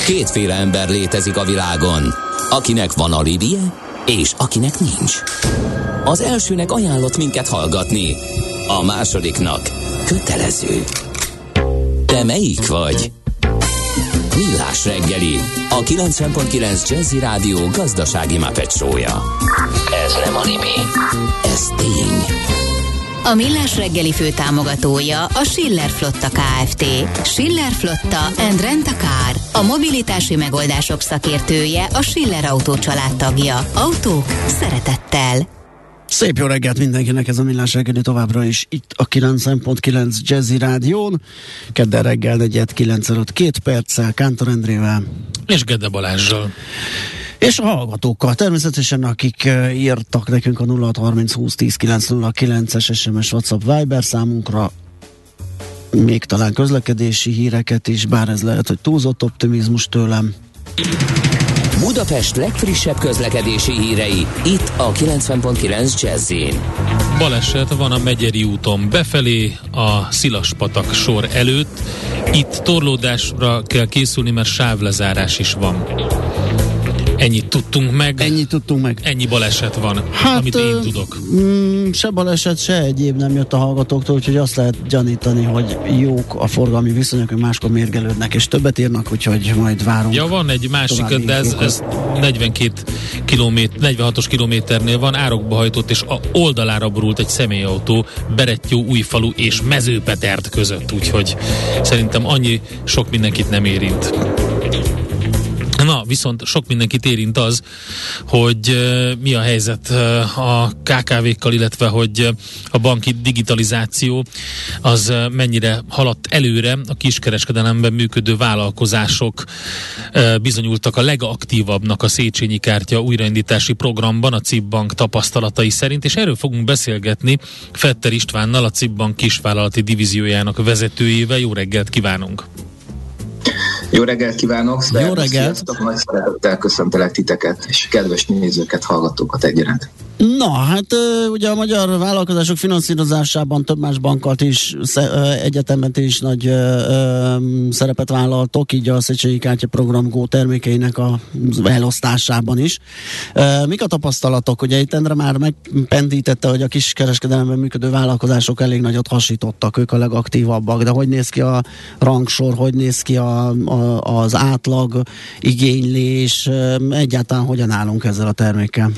Kétféle ember létezik a világon, akinek van alibije, és akinek nincs. Az elsőnek ajánlott minket hallgatni, a másodiknak kötelező. Te melyik vagy? Millás reggeli, a 90.9 Jazzy Rádió gazdasági Muppet show-ja. Ez nem anime, ez tény. A Millás reggeli főtámogatója a Schiller Flotta Kft. Schiller Flotta and Rent a Car. A mobilitási megoldások szakértője, a Schiller Autó család tagja. Autók szeretettel. Szép jó reggelt mindenkinek, ez a Millás reggeli továbbra is itt a 90.9 Jazzy Rádión. Kedden reggel 4:09 perccel, Kántor Endrével és Gede Balázsral. És a hallgatókkal természetesen, akik írtak nekünk a 0630 20 10 909-es SMS WhatsApp Viber számunkra, még talán közlekedési híreket is, bár ez lehet, hogy túlzott optimizmus tőlem. Budapest legfrissebb közlekedési hírei, itt a 90.9 Jazz-in. Baleset van a Megyeri úton befelé, a Szilaspatak sor előtt. Itt torlódásra kell készülni, mert sávlezárás is van. Ennyit tudtunk meg. Ennyi baleset van, amit én tudok. Se baleset, se egyéb nem jött a hallgatóktól, úgyhogy azt lehet gyanítani, hogy jók a forgalmi viszonyok, hogy máskor mérgelődnek, és többet írnak, úgyhogy majd várunk. Ja, van egy másik, de ez 46-os kilométernél van, árokba hajtott, és a oldalára borult egy személyautó Berettyó-Újfalu és Mezőpetert között, úgyhogy szerintem annyi sok mindenkit nem érint. Na, viszont sok mindenkit érint az, hogy mi a helyzet a KKV-kkal, illetve hogy a banki digitalizáció az mennyire haladt előre. A kiskereskedelemben működő vállalkozások bizonyultak a legaktívabbnak a Széchenyi kártya újraindítási programban a CIP Bank tapasztalatai szerint, és erről fogunk beszélgetni Fetter Istvánnal, a CIP Bank kisvállalati divíziójának vezetőjével. Jó reggelt kívánunk! Jó reggelt kívánok! Jó reggelt! Sziasztok, nagy szeretettel köszöntelek titeket, és kedves nézőket, hallgatókat egyaránt. Na, hát ugye a magyar vállalkozások finanszírozásában több más bankkal is, egyetemet is nagy szerepet vállaltok, így a Széchenyi Kártya program Go termékeinek a elosztásában is. Mik a tapasztalatok? Ugye itt Endre már megpendítette, hogy a kiskereskedelemben működő vállalkozások elég nagyot hasítottak, ők a legaktívabbak, de hogy néz ki a rangsor, hogy néz ki az átlag igénylés, egyáltalán hogyan állunk ezzel a termékkel?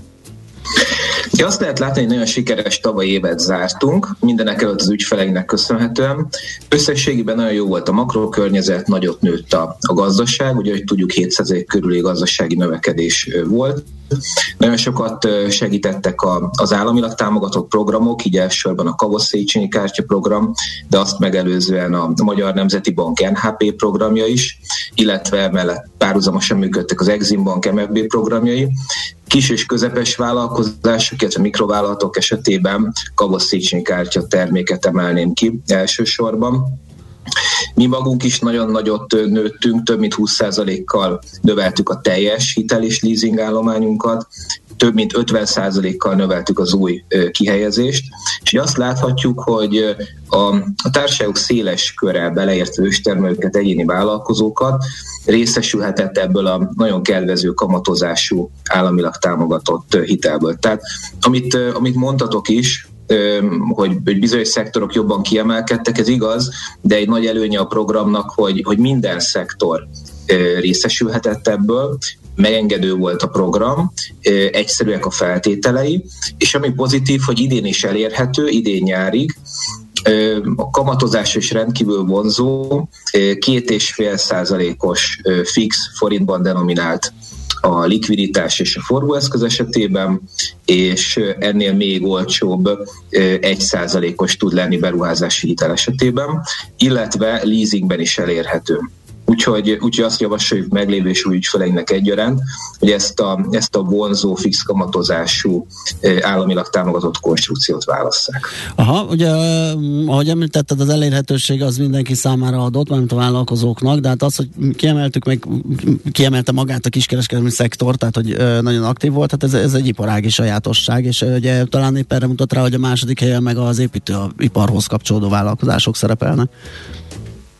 Ja, azt lehet látni, hogy nagyon sikeres tavalyi évet zártunk, mindenek előtt az ügyfeleinknek köszönhetően. Összességében nagyon jó volt a makrokörnyezet, nagyot nőtt a gazdaság, ugye, hogy tudjuk 7% körüli gazdasági növekedés volt. Nagyon sokat segítettek az államilag támogatott programok, így elsősorban a Kavosz Széchenyi Kártya program, de azt megelőzően a Magyar Nemzeti Bank NHP programja is, illetve mellett párhuzamosan működtek az Exim Bank MFB programjai. Kis és közepes vállalkozások, illetve mikrovállalatok esetében Kavosz Széchenyi Kártya terméket emelném ki elsősorban. Mi magunk is nagyon nagyot nőttünk, több mint 20%-kal növeltük a teljes hitel és leasing állományunkat, több mint 50%-kal növeltük az új kihelyezést, és azt láthatjuk, hogy a társaságok széles köre, beleértve őstermelőket, egyéni vállalkozókat részesülhetett ebből a nagyon kedvező kamatozású államilag támogatott hitelből. Tehát amit mondtatok is, hogy bizonyos szektorok jobban kiemelkedtek, ez igaz, de egy nagy előnye a programnak, hogy minden szektor részesülhetett ebből, megengedő volt a program, egyszerűek a feltételei, és ami pozitív, hogy idén is elérhető, idén nyárig, a kamatozás is rendkívül vonzó, 2,5%-os fix forintban denominált a likviditás és a forgóeszköz esetében, és ennél még olcsóbb 1%-os tud lenni beruházási hitel esetében, illetve leasingben is elérhető. Úgyhogy azt javasoljuk meglévő és új ügyfeleinknek egyaránt, hogy ezt a vonzó fix kamatozású államilag támogatott konstrukciót válasszák. Aha, ugye ahogy említetted, az elérhetőség az mindenki számára adott, mármint a vállalkozóknak, de hát az, hogy kiemelte magát a kiskereskedelmi szektor, tehát hogy nagyon aktív volt, hát ez egy iparági sajátosság, és ugye talán épp erre mutat rá, hogy a második helyen meg az építőiparhoz kapcsolódó vállalkozások szerepelnek.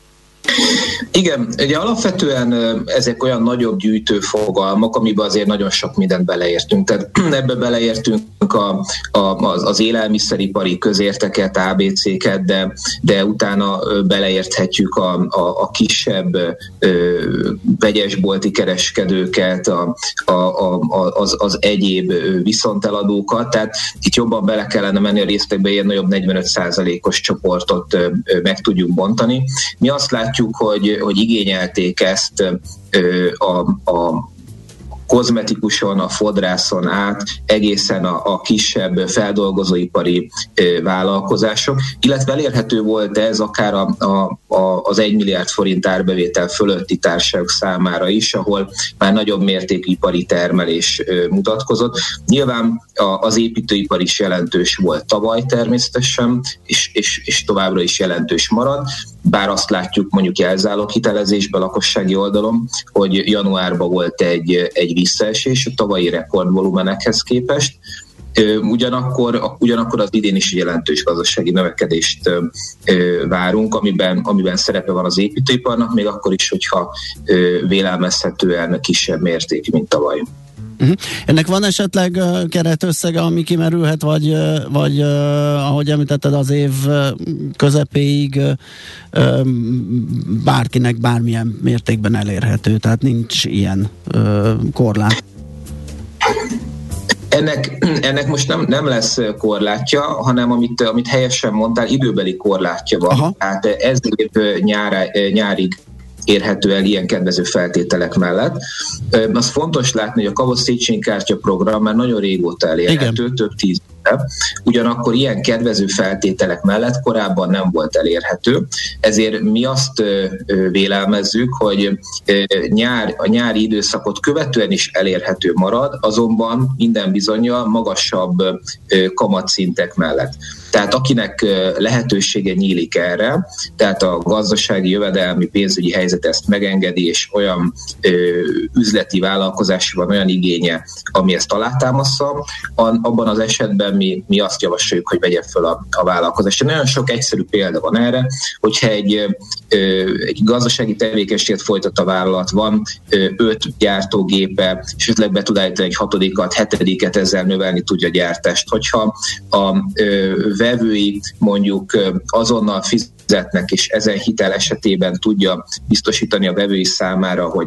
Igen, ugye alapvetően ezek olyan nagyobb gyűjtő fogalmak, amiben azért nagyon sok mindent beleértünk. Tehát ebbe beleértünk az élelmiszeripari közérteket, ABC-ket, de utána beleérthetjük a kisebb vegyesbolti kereskedőket, az egyéb viszonteladókat. Tehát itt jobban bele kellene menni a részletekbe, ilyen nagyobb 45%-os csoportot meg tudjuk bontani. Mi azt látjuk, hogy igényelték ezt a kozmetikuson, a fodrászon át egészen a kisebb feldolgozóipari vállalkozások, illetve elérhető volt ez akár az 1 milliárd forint árbevétel fölötti társaságok számára is, ahol már nagyobb mértékű ipari termelés mutatkozott. Nyilván az építőipar is jelentős volt tavaly természetesen, és továbbra is jelentős marad, bár azt látjuk mondjuk jelzáloghitelezésben, lakossági oldalon, hogy januárban volt egy visszaesés a tavalyi rekordvolumenekhez képest. Ugyanakkor az idén is jelentős gazdasági növekedést várunk, amiben szerepe van az építőiparnak, még akkor is, hogyha vélelmezhetően kisebb mértékű, mint tavaly. Ennek van esetleg keretösszege, ami kimerülhet, vagy ahogy említetted, az év közepéig bárkinek bármilyen mértékben elérhető, tehát nincs ilyen korlát? Ennek most nem lesz korlátja, hanem amit helyesen mondtál, időbeli korlátja van. Aha. Tehát ez év nyárig érhető el ilyen kedvező feltételek mellett. Az fontos látni, hogy a Kavosz Széchenyi kártya program már nagyon régóta elérhető, igen, több 10 éve. Ugyanakkor ilyen kedvező feltételek mellett korábban nem volt elérhető. Ezért mi azt vélelmezzük, hogy a nyári időszakot követően is elérhető marad, azonban minden bizonnyal magasabb kamatszintek mellett. Tehát akinek lehetősége nyílik erre, tehát a gazdasági, jövedelmi, pénzügyi helyzet ezt megengedi, és olyan üzleti vállalkozási van, olyan igénye, ami ezt alátámaszza, abban az esetben mi azt javasoljuk, hogy vegye föl a vállalkozást. Nagyon sok egyszerű példa van erre, hogyha egy gazdasági tevékenységet folytat a vállalat, van 5 gyártógépe, és esetleg be tud állítani egy 6-at, 7-et, ezzel növelni tudja a gyártást. Hogyha a vevői mondjuk azonnal fizetnek, és ezen hitel esetében tudja biztosítani a vevői számára, hogy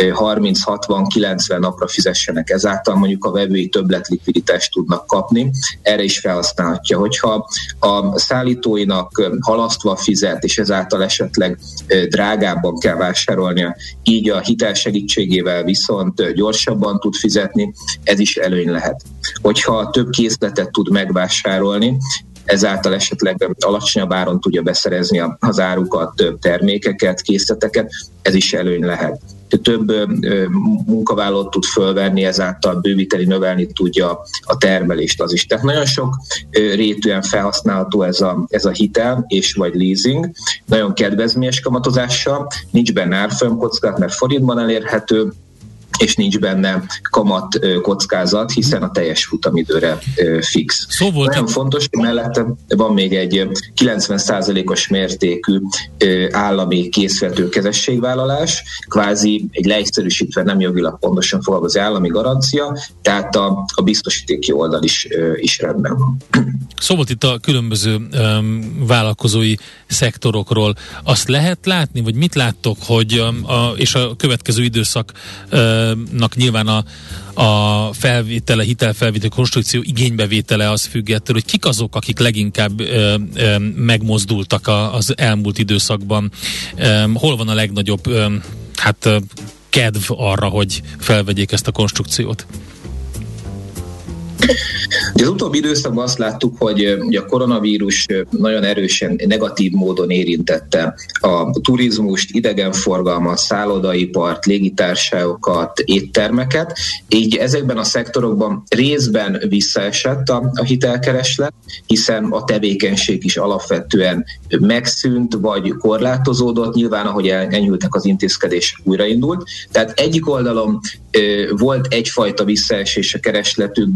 30-60-90 napra fizessenek, ezáltal mondjuk a vevői többletlikviditást tudnak kapni, erre is felhasználhatja. Hogyha a szállítóinak halasztva fizet, és ezáltal esetleg drágábban kell vásárolnia, így a hitel segítségével viszont gyorsabban tud fizetni, ez is előny lehet. Hogyha több készletet tud megvásárolni, ezáltal esetleg alacsonyabb áron tudja beszerezni az árukat, több termékeket, készleteket, ez is előny lehet. Több munkavállalót tud fölvenni, ezáltal bővíteni, növelni tudja a termelést az is. Tehát nagyon sok rétűen felhasználható ez a hitel és vagy leasing, nagyon kedvezményes kamatozással, nincs benne árfolyamkockázat, mert forintban elérhető, és nincs benne kamat kockázat, hiszen a teljes futamidőre fix. Nagyon fontos, hogy mellette van még egy 90%-os mértékű állami készvetőkezességvállalás, kvázi egy leegyszerűsítve, nem jogilag pontosan fogalmazó állami garancia, tehát a biztosítéki oldal is rendben van. Szó volt itt a különböző vállalkozói szektorokról. Azt lehet látni, vagy mit láttok, hogy és a következő időszaknak nyilván a felvétele, hitelfelvétel, konstrukció igénybevétele az függ ettől, hogy kik azok, akik leginkább megmozdultak az elmúlt időszakban. Hol van a legnagyobb kedv arra, hogy felvegyék ezt a konstrukciót? Az utóbbi időszakban azt láttuk, hogy a koronavírus nagyon erősen negatív módon érintette a turizmust, idegenforgalmat, szállodaipart, légitársaságokat, éttermeket. Így ezekben a szektorokban részben visszaesett a hitelkereslet, hiszen a tevékenység is alapvetően megszűnt vagy korlátozódott, nyilván ahogy enyhültek az intézkedések újraindult. Tehát egyik oldalon volt egyfajta visszaesés a keresletükben,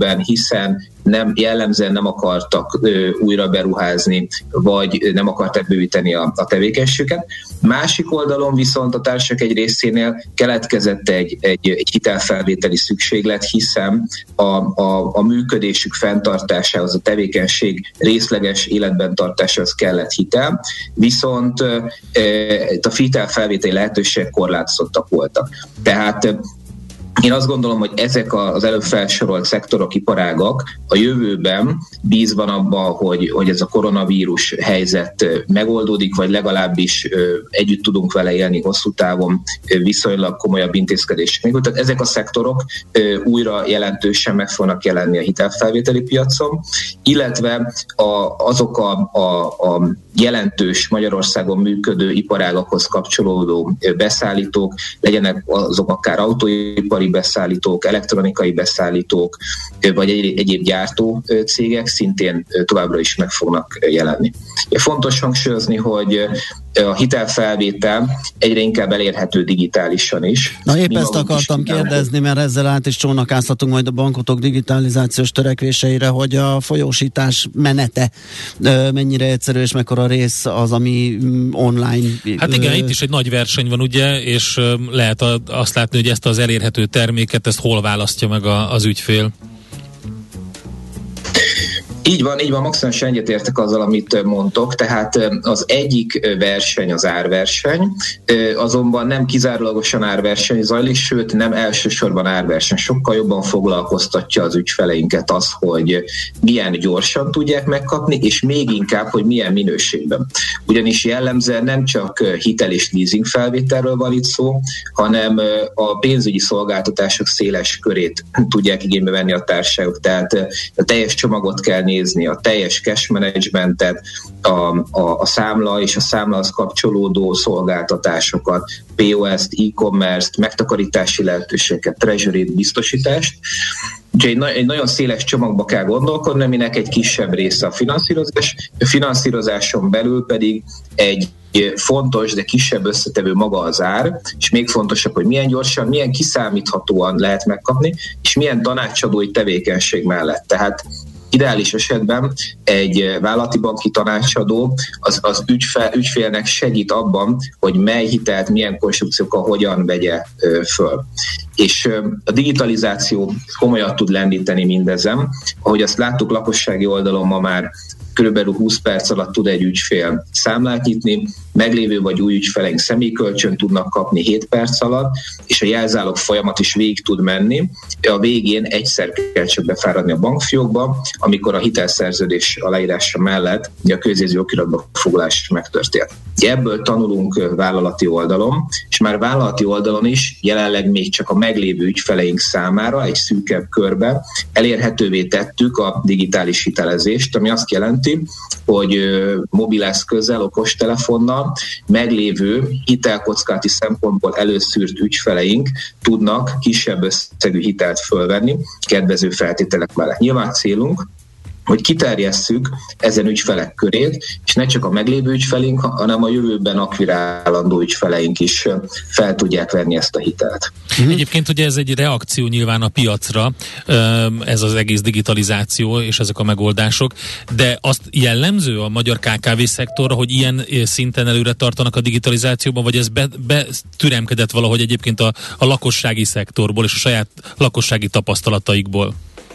hiszen jellemzően nem akartak újra beruházni, vagy nem akarták bővíteni a tevékenységüket. Másik oldalon viszont a társaság egy részénél keletkezett egy hitelfelvételi szükséglet, hiszen a működésük fenntartásához, a tevékenység részleges életben tartásához kellett hitel, viszont a hitelfelvételi lehetőségek korlátozottak voltak. Tehát én azt gondolom, hogy ezek az előbb felsorolt szektorok, iparágak a jövőben bízva abban, hogy ez a koronavírus helyzet megoldódik, vagy legalábbis együtt tudunk vele élni hosszú távon viszonylag komolyabb intézkedések. Tehát ezek a szektorok újra jelentősen meg fognak jelenni a hitelfelvételi piacon, illetve azok a jelentős Magyarországon működő iparágakhoz kapcsolódó beszállítók, legyenek azok akár autóipari beszállítók, elektronikai beszállítók, vagy egyéb gyártó cégek szintén továbbra is meg fognak jelenni. Fontos hangsúlyozni, hogy a hitelfelvétel egyre inkább elérhető digitálisan is. Na épp ezt akartam kérdezni, mert ezzel át is csónakázhatunk majd a bankotok digitalizációs törekvéseire, hogy a folyósítás menete mennyire egyszerű, és mekkora rész az, ami online. Hát igen, itt is egy nagy verseny van, ugye, és lehet azt látni, hogy ezt az elérhető terméket, ezt hol választja meg az ügyfél. Így van, maximálisan egyetértek azzal, amit mondtok, tehát az egyik verseny az árverseny, azonban nem kizárólagosan árverseny zajlik, sőt nem elsősorban árverseny. Sokkal jobban foglalkoztatja az ügyfeleinket az, hogy milyen gyorsan tudják megkapni, és még inkább, hogy milyen minőségben. Ugyanis jellemzően nem csak hitel és leasing felvételről van itt szó, hanem a pénzügyi szolgáltatások széles körét tudják igénybe venni a társaságok, tehát a teljes csomagot kell nézni, a teljes cash managementet, a számla és a számlahoz kapcsolódó szolgáltatásokat, POS-t, e-commerce-t, megtakarítási lehetőségeket, treasury-t, biztosítást. Úgyhogy egy nagyon széles csomagba kell gondolkodni, aminek egy kisebb része a finanszírozás. A finanszírozáson belül pedig egy fontos, de kisebb összetevő maga az ár, és még fontosabb, hogy milyen gyorsan, milyen kiszámíthatóan lehet megkapni, és milyen tanácsadói tevékenység mellett. Tehát ideális esetben egy vállalati banki tanácsadó az ügyfélnek segít abban, hogy mely hitelt, milyen konstrukciókkal hogyan vegye föl. És a digitalizáció komolyan tud lendíteni mindezen. Ahogy azt láttuk lakossági oldalon, ma már körülbelül 20 perc alatt tud egy ügyfél számlát nyitni, meglévő vagy új ügyfeleink személykölcsön tudnak kapni 7 perc alatt, és a jelzálog folyamat is végig tud menni. A végén egyszer kell csak befáradni a bankfiókba, amikor a hitelszerződés aláírása mellett a közjegyző okiratba foglalás megtörtént. Ebből tanulunk vállalati oldalon, és már vállalati oldalon is jelenleg még csak a meglévő ügyfeleink számára egy szűkebb körben elérhetővé tettük a digitális hitelezést, ami azt jelenti, hogy mobileszközzel, okostelefonnal meglévő hitelkockázati szempontból előszűrt ügyfeleink tudnak kisebb összegű hitelt fölvenni kedvező feltételek mellett. Nyilván célunk, hogy kiterjesszük ezen ügyfelek körét, és ne csak a meglévő ügyfeleink, hanem a jövőben akvirálandó ügyfeleink is fel tudják venni ezt a hitelt. Egyébként ugye ez egy reakció nyilván a piacra, ez az egész digitalizáció és ezek a megoldások, de azt jellemző a magyar KKV-szektorra, hogy ilyen szinten előre tartanak a digitalizációban, vagy ez betüremkedett valahogy egyébként a lakossági szektorból és a saját lakossági tapasztalataikból?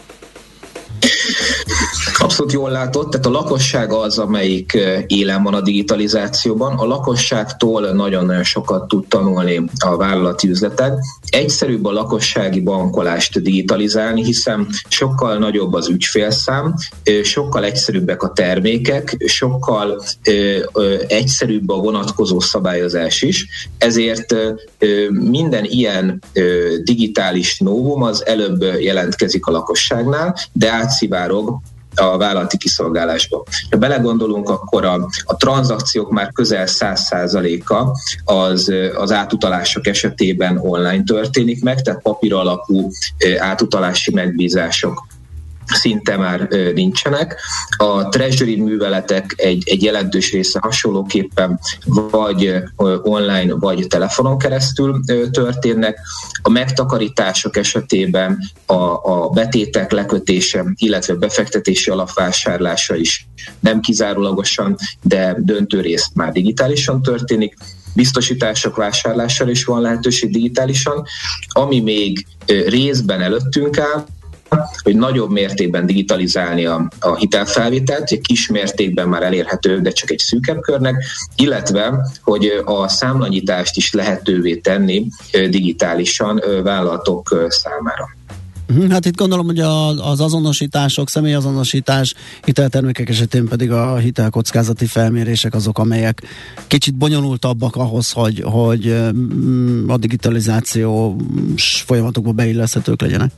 Abszolút jól látod, tehát a lakosság az, amelyik élen van a digitalizációban. A lakosságtól nagyon-nagyon sokat tud tanulni a vállalati üzletek. Egyszerűbb a lakossági bankolást digitalizálni, hiszen sokkal nagyobb az ügyfélszám, sokkal egyszerűbbek a termékek, sokkal egyszerűbb a vonatkozó szabályozás is. Ezért minden ilyen digitális novum az előbb jelentkezik a lakosságnál, de átszivárog a vállalati kiszolgálásba. Ha belegondolunk, akkor a tranzakciók már közel 100%-a az átutalások esetében online történik meg, tehát papír alapú átutalási megbízások szinte már nincsenek. A treasury műveletek egy jelentős része hasonlóképpen vagy online, vagy telefonon keresztül történnek. A megtakarítások esetében a betétek lekötése, illetve befektetési alapvásárlása is nem kizárólagosan, de döntő részt már digitálisan történik. Biztosítások vásárlására is van lehetőség digitálisan, ami még részben előttünk áll, hogy nagyobb mértékben digitalizálni a hitelfelvételt, egy kis mértékben már elérhető, de csak egy szűkebb körnek, illetve, hogy a számlanyitást is lehetővé tenni digitálisan vállalatok számára. Hát itt gondolom, hogy az azonosítások, személyazonosítás, hiteltermékek esetén pedig a hitelkockázati felmérések azok, amelyek kicsit bonyolultabbak ahhoz, hogy a digitalizációs folyamatokba beilleszthetők legyenek.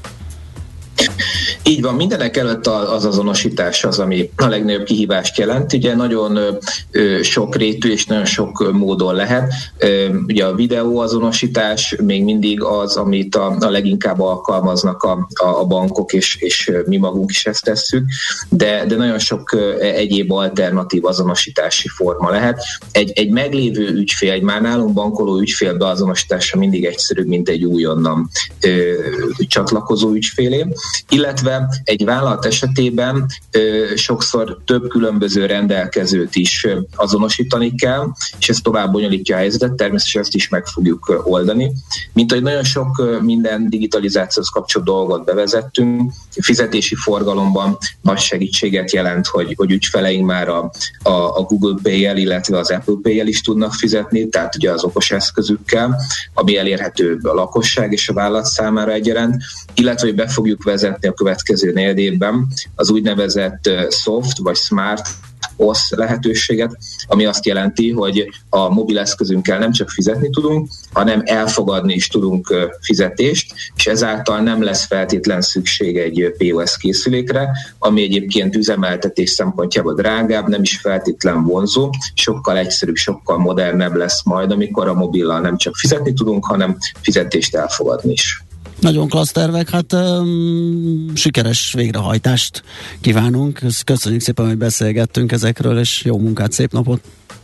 Így van, mindenek előtt az azonosítás az, ami a legnagyobb kihívást jelent. Ugye nagyon sokrétű és nagyon sok módon lehet. Ugye a videóazonosítás még mindig az, amit a leginkább alkalmaznak a bankok, és mi magunk is ezt tesszük, de nagyon sok egyéb alternatív azonosítási forma lehet. Egy meglévő ügyfél, egy már nálunk bankoló ügyfél beazonosítása mindig egyszerűbb, mint egy újonnan csatlakozó ügyfélé, illetve egy vállalat esetében sokszor több különböző rendelkezőt is azonosítani kell, és ez tovább bonyolítja a helyzetet, természetesen ezt is meg fogjuk oldani. Mint ahogy nagyon sok minden digitalizációhoz kapcsolódó dolgot bevezettünk, fizetési forgalomban nagy segítséget jelent, hogy ügyfeleink már a Google Pay-jel, illetve az Apple Pay-jel is tudnak fizetni, tehát ugye az okos eszközükkel, ami elérhető a lakosság és a vállalat számára egyaránt, illetve hogy be fogjuk vezetni a következő negyedévben az úgynevezett soft vagy smart OSZ lehetőséget, ami azt jelenti, hogy a mobileszközünkkel nem csak fizetni tudunk, hanem elfogadni is tudunk fizetést, és ezáltal nem lesz feltétlen szükség egy POS készülékre, ami egyébként üzemeltetés szempontjából drágább, nem is feltétlen vonzó, sokkal egyszerűbb, sokkal modernebb lesz majd, amikor a mobillal nem csak fizetni tudunk, hanem fizetést elfogadni is. Nagyon klassz tervek, hát sikeres végrehajtást kívánunk. Köszönjük szépen, hogy beszélgettünk ezekről, és jó munkát, szép napot!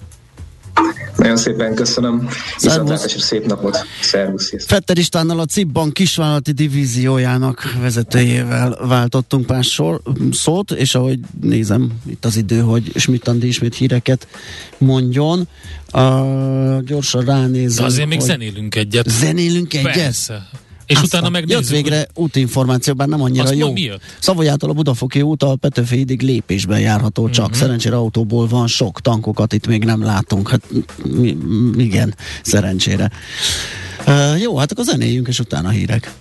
Nagyon szépen köszönöm. Viszontlátásra, szép napot. Szervusz. Fetter Istvánnal, a CIP Bank kisvállalati divíziójának vezetőjével váltottunk pár szót, és ahogy nézem itt az idő, hogy Schmidt Andi ismét híreket mondjon. Gyorsan ránézünk. De azért még zenélünk egyet. Zenélünk egyet? Persze. És aztán utána megnézzük. Jött végre útinformáció, bár nem annyira jó. Szavolyától a Budafoki út a Petőfi hídig lépésben járható csak. Szerencsére autóból van sok, tankokat itt még nem látunk. Hát igen, szerencsére. Jó, hát akkor zenéljünk, és utána hírek.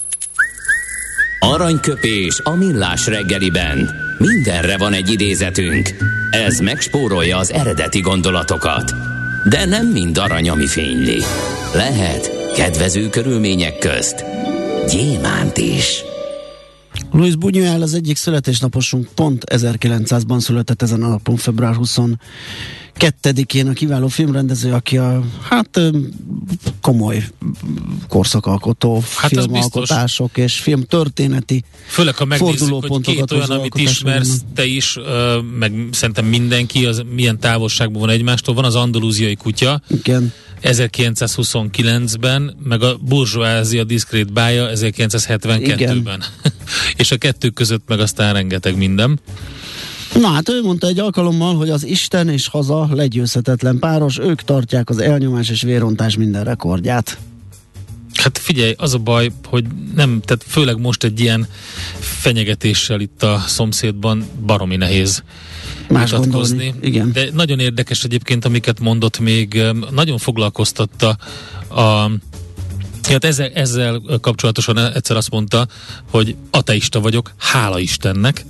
Aranyköpés a millás reggeliben. Mindenre van egy idézetünk. Ez megspórolja az eredeti gondolatokat. De nem mind arany, ami fényli. Lehet kedvező körülmények közt gyémánt is. Luis Buñuel az egyik születésnaposunk, pont 1900-ban született ezen a napon, február 22-én, a kiváló filmrendező, aki a komoly korszakalkotó filmalkotások és filmtörténeti főleg, ha megnézzük, hogy két olyan, amit ismersz te is, meg szerintem mindenki, az milyen távolságban van egymástól. Van az Andalúziai kutya, igen, 1929-ben, meg a Burzsóázia diszkrét bája 1972-ben. És a kettő között meg aztán rengeteg minden. Na hát ő mondta egy alkalommal, hogy az Isten és haza legyőzhetetlen páros, ők tartják az elnyomás és vérontás minden rekordját. Hát figyelj, az a baj, hogy nem, tehát főleg most egy ilyen fenyegetéssel itt a szomszédban baromi nehéz mutatkozni. Igen. De nagyon érdekes egyébként, amiket mondott, még nagyon foglalkoztatta hát ezzel kapcsolatosan egyszer azt mondta, hogy ateista vagyok, hála Istennek.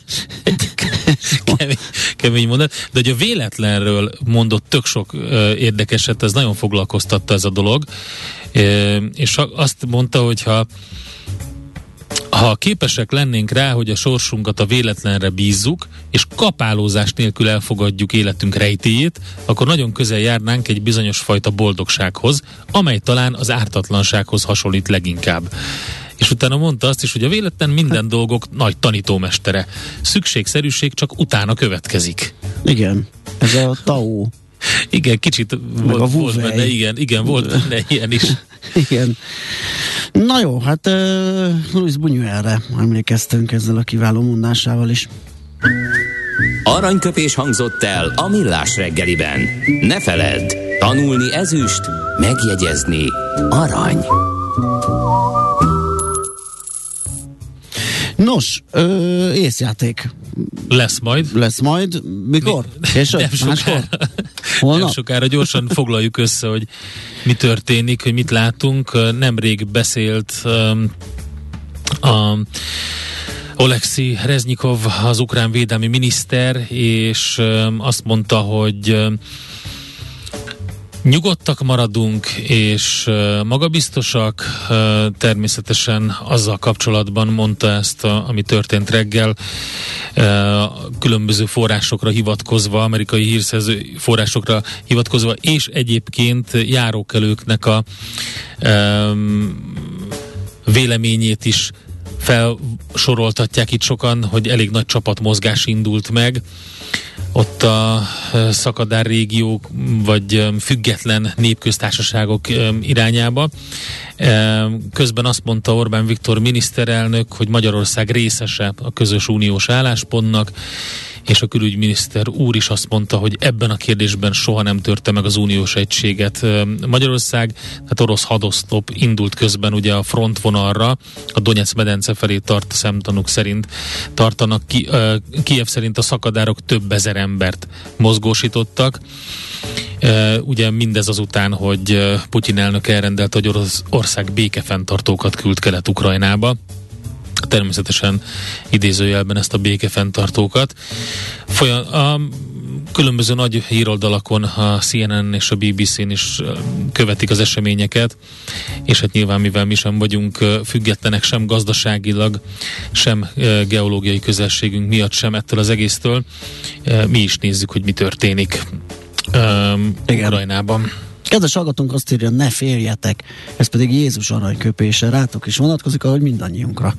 kemény mondat. De hogy a véletlenről mondott tök sok érdekeset, ez nagyon foglalkoztatta ez a dolog. És azt mondta, hogy ha képesek lennénk rá, hogy a sorsunkat a véletlenre bízzuk, és kapálózás nélkül elfogadjuk életünk rejtélyét, akkor nagyon közel járnánk egy bizonyos fajta boldogsághoz, amely talán az ártatlansághoz hasonlít leginkább. És utána mondta azt is, hogy a véletlen minden dolgok nagy tanítómestere. Szükségszerűség csak utána következik. Igen, ez a Tao. Igen, kicsit volt benne, igen, volt benne ilyen is. Igen. Na jó, hát Luis Buñuelre emlékeztünk ezzel a kiváló mondásával is. Aranyköpés hangzott el a Millás reggeliben. Ne feledd, tanulni ezüst, megjegyezni arany. Nos, észjáték. Lesz majd. Mikor? Később? Nem sokára gyorsan foglaljuk össze, hogy mi történik, hogy mit látunk. Nemrég beszélt Oleksij Reznikov, az ukrán védelmi miniszter, és azt mondta, hogy nyugodtak maradunk, és magabiztosak. Természetesen azzal kapcsolatban mondta ezt, ami történt reggel, különböző forrásokra hivatkozva, amerikai hírszerző forrásokra hivatkozva, és egyébként járókelőknek a véleményét is felsoroltatják itt sokan, hogy elég nagy csapatmozgás indult meg ott a szakadár régiók, vagy független népköztársaságok irányába. Közben azt mondta Orbán Viktor miniszterelnök, hogy Magyarország részese a közös uniós álláspontnak, és a külügyminiszter úr is azt mondta, hogy ebben a kérdésben soha nem törte meg az uniós egységet Magyarország. Hát orosz hadoszlop indult közben ugye a frontvonalra, a Donetsz medence felé szemtanúk szerint tartanak. Kijev szerint a szakadárok több ezer embert mozgósítottak. Ugye mindez azután, hogy Putyin elnök elrendelt, hogy Oroszország békefenntartókat küld Kelet-Ukrajnába. Természetesen idézőjelben ezt a békefenntartókat. A különböző nagy híroldalakon, a CNN és a BBC-n is követik az eseményeket, és hát nyilván, mivel mi sem vagyunk függetlenek sem gazdaságilag, sem geológiai közelségünk miatt, sem ettől az egésztől, mi is nézzük, hogy mi történik Ukrajnában. Kedves hallgatónk azt írja, ne féljetek, ez pedig Jézus aranyköpése, rátok is vonatkozik, ahogy mindannyiunkra.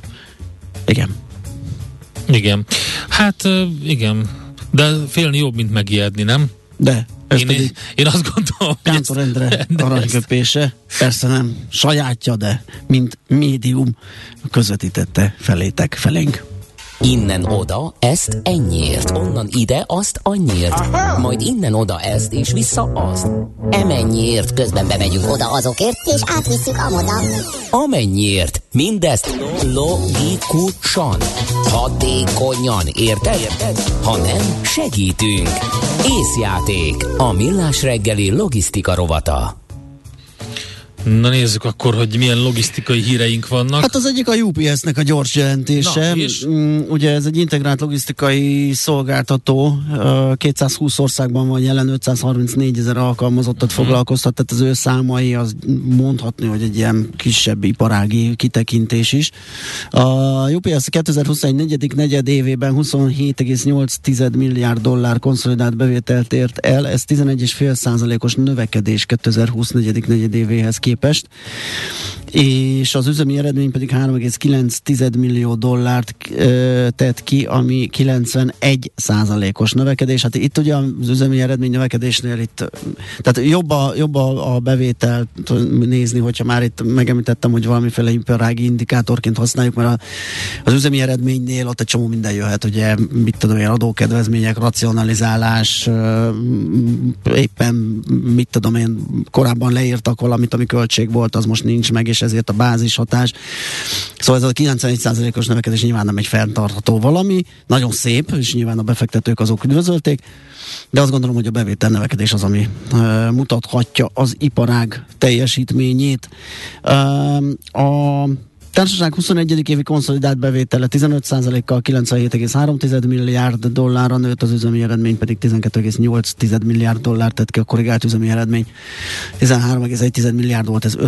Igen. Hát igen, de félni jobb, mint megijedni, nem? De. Én azt gondolom, Kántor Endre aranyköpése, persze nem sajátja, de mint médium közvetítette felénk. Innen oda, ezt ennyiért, onnan ide, azt annyiért, majd innen oda ezt, és vissza azt. Emennyiért, közben bemegyünk oda azokért, és átvisszük amoda. Amennyiért, mindezt logikusan, hatékonyan, érted? Ha nem, segítünk. Észjáték, a Millás reggeli logisztika rovata. Na nézzük akkor, hogy milyen logisztikai híreink vannak. Hát az egyik a UPS-nek a gyors jelentése. Ugye ez egy integrált logisztikai szolgáltató, 220 országban van jelen, 534 000 alkalmazottat foglalkoztat, tehát az ő számai az mondhatni, hogy egy ilyen kisebb iparági kitekintés is. A UPS 2021 negyedévében 27,8 milliárd dollár konszolidált bevételt ért el, ez 11,5%-os növekedés 2020 negyedévéhez képest, és az üzemi eredmény pedig 3,9 millió dollárt tett ki, ami 91%-os növekedés. Hát itt ugye az üzemi eredmény növekedésnél tehát jobb a bevételt nézni, hogyha már itt megemlítettem, hogy valamiféle iparági indikátorként használjuk, mert az üzemi eredménynél ott egy csomó minden jöhet, ugye mit tudom én, adókedvezmények, racionalizálás, éppen mit tudom én, korábban leírtak valamit, ami költség volt, az most nincs meg, és ezért a bázishatás. Szóval ez a 91%-os növekedés nyilván nem egy fenntartható valami, nagyon szép, és nyilván a befektetők azok üdvözölték, de azt gondolom, hogy a bevétel növekedés az, ami mutathatja az iparág teljesítményét. A társaság 21. évi konszolidált bevétele 15%-kal 97,3 milliárd dollárra nőtt, az üzemi eredmény pedig 12,8 milliárd dollár tett ki, a korrigált üzemi eredmény 13,1 milliárd volt, ez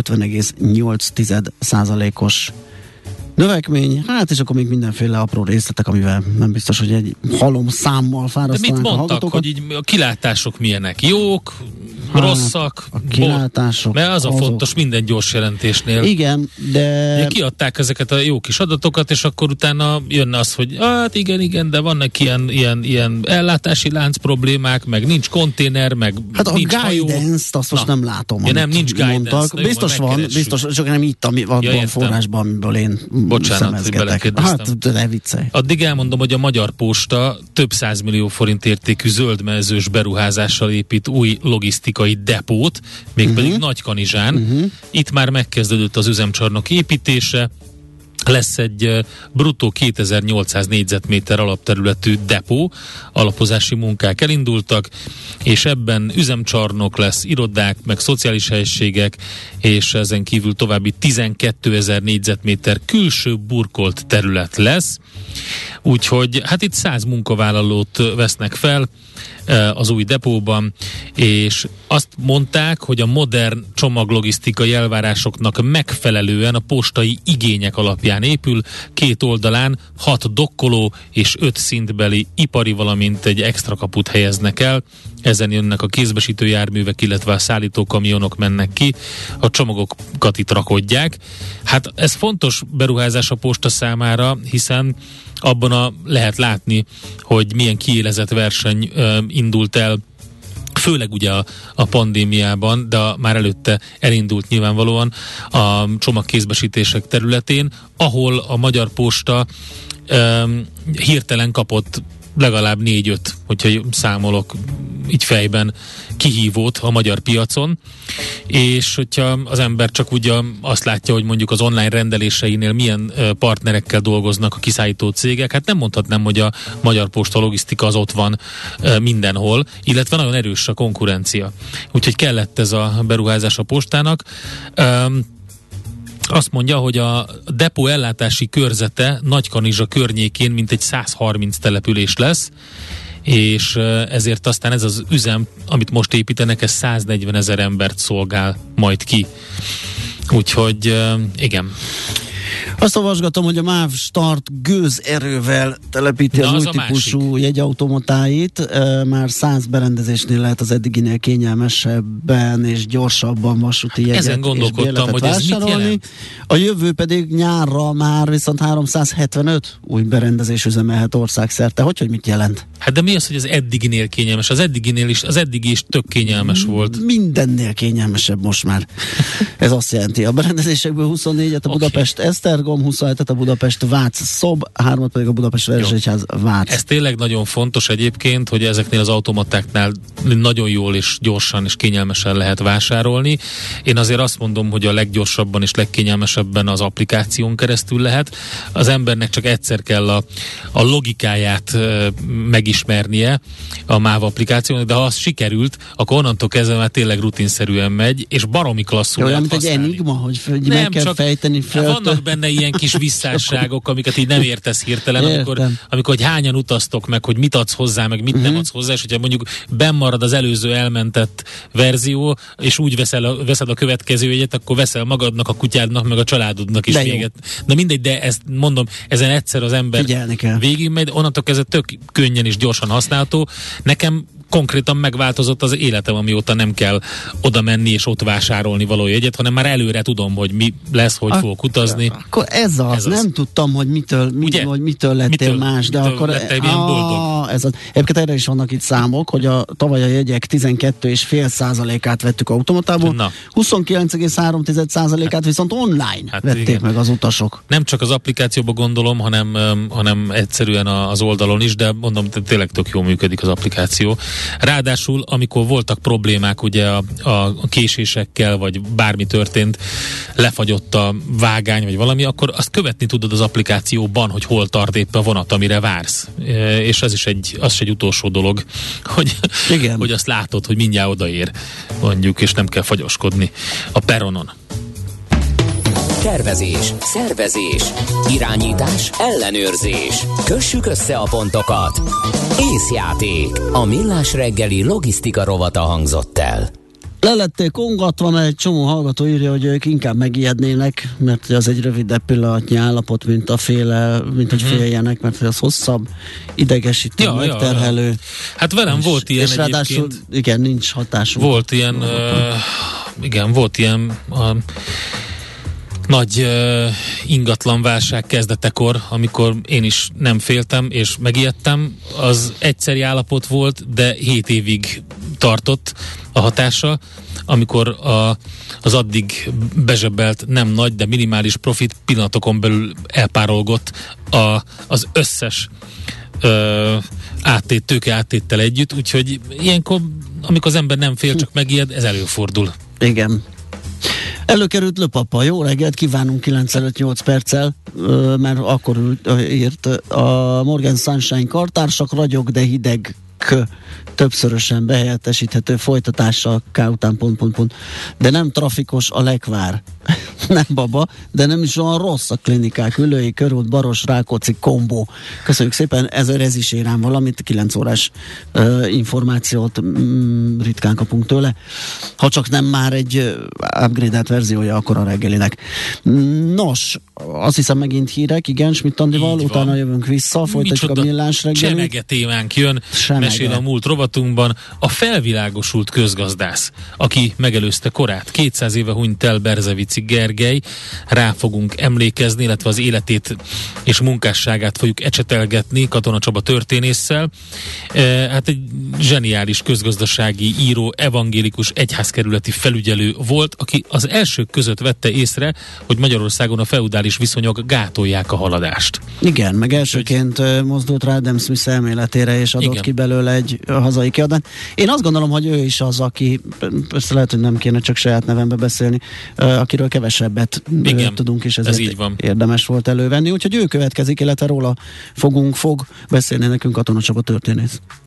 50,8%-os növekmény, hát és akkor még mindenféle apró részletek, amivel nem biztos, hogy egy halom számmal fárasztanánk a hallgatókat. De mit mondtak, hogy így a kilátások milyenek? Jók? rosszak. A kilátások. Mert az a fontos minden gyors jelentésnél. Igen, de... Kiadták ezeket a jó kis adatokat, és akkor utána jönne az, hogy hát igen, de vannak ilyen ellátási lánc problémák, meg nincs konténer, meg hát nincs hajó. Hát a guidance-t azt most nem látom. Ja, nem, nincs guidance. Biztos van, csak nem itt a forrásban, amiből én szemezgetek. Hát, ne viccelj. Addig elmondom, hogy a Magyar Posta több 100 millió forint értékű zöldmezős beruházással épít új logisztikai depót, mégpedig Nagykanizsán. Itt már megkezdődött az üzemcsarnok építése, lesz egy bruttó 2800 négyzetméter alapterületű depó, alapozási munkák elindultak, és ebben üzemcsarnok lesz, irodák, meg szociális helyiségek, és ezen kívül további 12 000 négyzetméter külső burkolt terület lesz. Úgyhogy hát itt 100 munkavállalót vesznek fel az új depóban, és azt mondták, hogy a modern csomaglogisztikai elvárásoknak megfelelően a postai igények alapján épül, 2 oldalán 6 dokkoló és 5 szintbeli ipari, valamint egy extra kaput helyeznek el. Ezen jönnek a kézbesítő járművek, illetve a szállítókamionok mennek ki, a csomagokat itt rakodják. Hát ez fontos beruházás a posta számára, hiszen abban lehet látni, hogy milyen kiélezett verseny indult el, főleg ugye a pandémiában, de már előtte elindult nyilvánvalóan a csomagkézbesítések területén, ahol a Magyar Posta hirtelen kapott legalább 4-5, hogyha számolok így fejben, kihívót a magyar piacon, és hogyha az ember csak ugye azt látja, hogy mondjuk az online rendeléseinél milyen partnerekkel dolgoznak a kiszállító cégek, hát nem mondhatnám, hogy a Magyar Posta logisztika az ott van mindenhol, illetve nagyon erős a konkurencia. Úgyhogy kellett ez a beruházás a postának. Azt mondja, hogy a depó ellátási körzete Nagykanizsa környékén mintegy 130 település lesz, és ezért aztán ez az üzem, amit most építenek, ez 140 000 embert szolgál majd ki. Úgyhogy igen. Azt olvasgatom, hogy a MÁV Start gőzerővel telepíti az új típusú jegyautomatáit. Már 100 berendezésnél lehet az eddiginél kényelmesebben és gyorsabban vasúti jegyet ezen gondolkodtam, hogy ez mit jelent? A jövő pedig nyárra már viszont 375 új berendezés üzemelhet országszerte. Hogy mit jelent? Hát de mi az, hogy az eddiginél kényelmes? Az eddigi is tök kényelmes volt. Mindennél kényelmesebb most már. Ez azt jelenti. A berendezésekből 24-et a Budapest Esztergom, 27-et a Budapest Vác-Szob, 3-at pedig a Budapest Veresegyház Vác. Ez tényleg nagyon fontos egyébként, hogy ezeknél az automatáknál nagyon jól és gyorsan és kényelmesen lehet vásárolni. Én azért azt mondom, hogy a leggyorsabban és legkényelmesebben az applikáción keresztül lehet. Az embernek csak egyszer kell a logikáját megismernie a MÁV applikáción, de ha az sikerült, akkor onnantól kezdve már tényleg rutinszerűen megy, és baromi klasszul lehet használni. Olyan, mint egy enigma, hogy meg kell fejteni föl. Vannak benne ilyen kis visszásságok, amiket így nem értesz hirtelen, amikor hogy hányan utaztok meg, hogy mit adsz hozzá, meg mit nem adsz hozzá, és hogyha mondjuk benn marad az előző elmentett verzió, és úgy veszed a következő jegyet, akkor veszel magadnak, a kutyádnak, meg a családodnak is véget. Na mindegy, de ezt mondom, ezen egyszer az ember végigmegy, onnantól kezdve tök könnyen és gyorsan használható. Nekem konkrétan megváltozott az életem, amióta nem kell oda menni és ott vásárolni való jegyet, hanem már előre tudom, hogy mi lesz, hogy fogok utazni. Akkor ez az. Nem tudtam, hogy mitől lettél más, de akkor egyébként erre is vannak itt számok, hogy tavaly a jegyek 12,5%-át vettük automatából, 29,3%-át viszont online vették meg az utasok. Nem csak az applikációban gondolom, hanem egyszerűen az oldalon is, de mondom, tényleg tök jól működik az applikáció. Ráadásul, amikor voltak problémák ugye a késésekkel, vagy bármi történt, lefagyott a vágány, vagy valami, akkor azt követni tudod az applikációban, hogy hol tart éppen a vonat, amire vársz. És az is egy utolsó dolog, hogy azt látod, hogy mindjárt odaér, mondjuk, és nem kell fagyoskodni a peronon. Tervezés, szervezés, irányítás, ellenőrzés. Kössük össze a pontokat. Észjáték. A Millás reggeli logisztika rovata hangzott el. Lelettél kongatva, mert egy csomó hallgató írja, hogy ők inkább megijednének, mert az egy rövidebb pillanatnyi állapot, mint hogy féljenek, mert az hosszabb, idegesítő, megterhelő. Ja. Hát velem volt ilyen és ráadásul, igen, nincs hatásunk. Volt ilyen, volt ilyen nagy ingatlan válság kezdetekor, amikor én is nem féltem és megijedtem. Az egyszeri állapot volt, de 7 évig tartott a hatása, amikor az addig bezsebelt nem nagy, de minimális profit pillanatokon elpárolgott az összes tőke áttéttel együtt, úgyhogy ilyenkor, amikor az ember nem fél, csak megijed, ez előfordul. Igen. Előkerült Löpapa. Jó reggelt kívánunk 9-8 perccel, mert akkor írt a Morgan Sunshine kartársak, ragyog, de hideg többszörösen behelyettesíthető folytatással K után ... De nem trafikos a Lekvár. Nem baba, de nem is olyan rossz a klinikák. Ülői, Körút, Baros, Rákóczi kombó. Köszönjük szépen, ez is ér ám valamit, 9 órás információt ritkán kapunk tőle. Ha csak nem már egy upgrade-elt verziója akkor a reggelinek. Nos, azt hiszem megint hírek, igen, Schmidt Andival, utána jövünk vissza, folytatjuk a millás reggelit. Csemege témánk jön, mesél a múlt rovatunkban. A felvilágosult közgazdász, aki megelőzte korát, 200 éve hunyt el Berzevici Gergely, rá fogunk emlékezni, illetve az életét és munkásságát fogjuk ecsetelgetni Katona Csaba történésszel. Hát egy zseniális közgazdasági író, evangélikus egyházkerületi felügyelő volt, aki az elsők között vette észre, hogy Magyarországon a feudális viszonyok gátolják a haladást. Igen, meg elsőként mozdult rá Adam Smith elméletére, és adott ki belőle egy hazai kiadást. Én azt gondolom, hogy ő is az, aki, persze lehet, hogy nem kéne csak saját nevembe beszélni, akiről kevesebbet tudunk, és ezért így van. Érdemes volt elővenni. Úgyhogy ő következik, illetve róla fog beszélni nekünk Katona Csaba történész.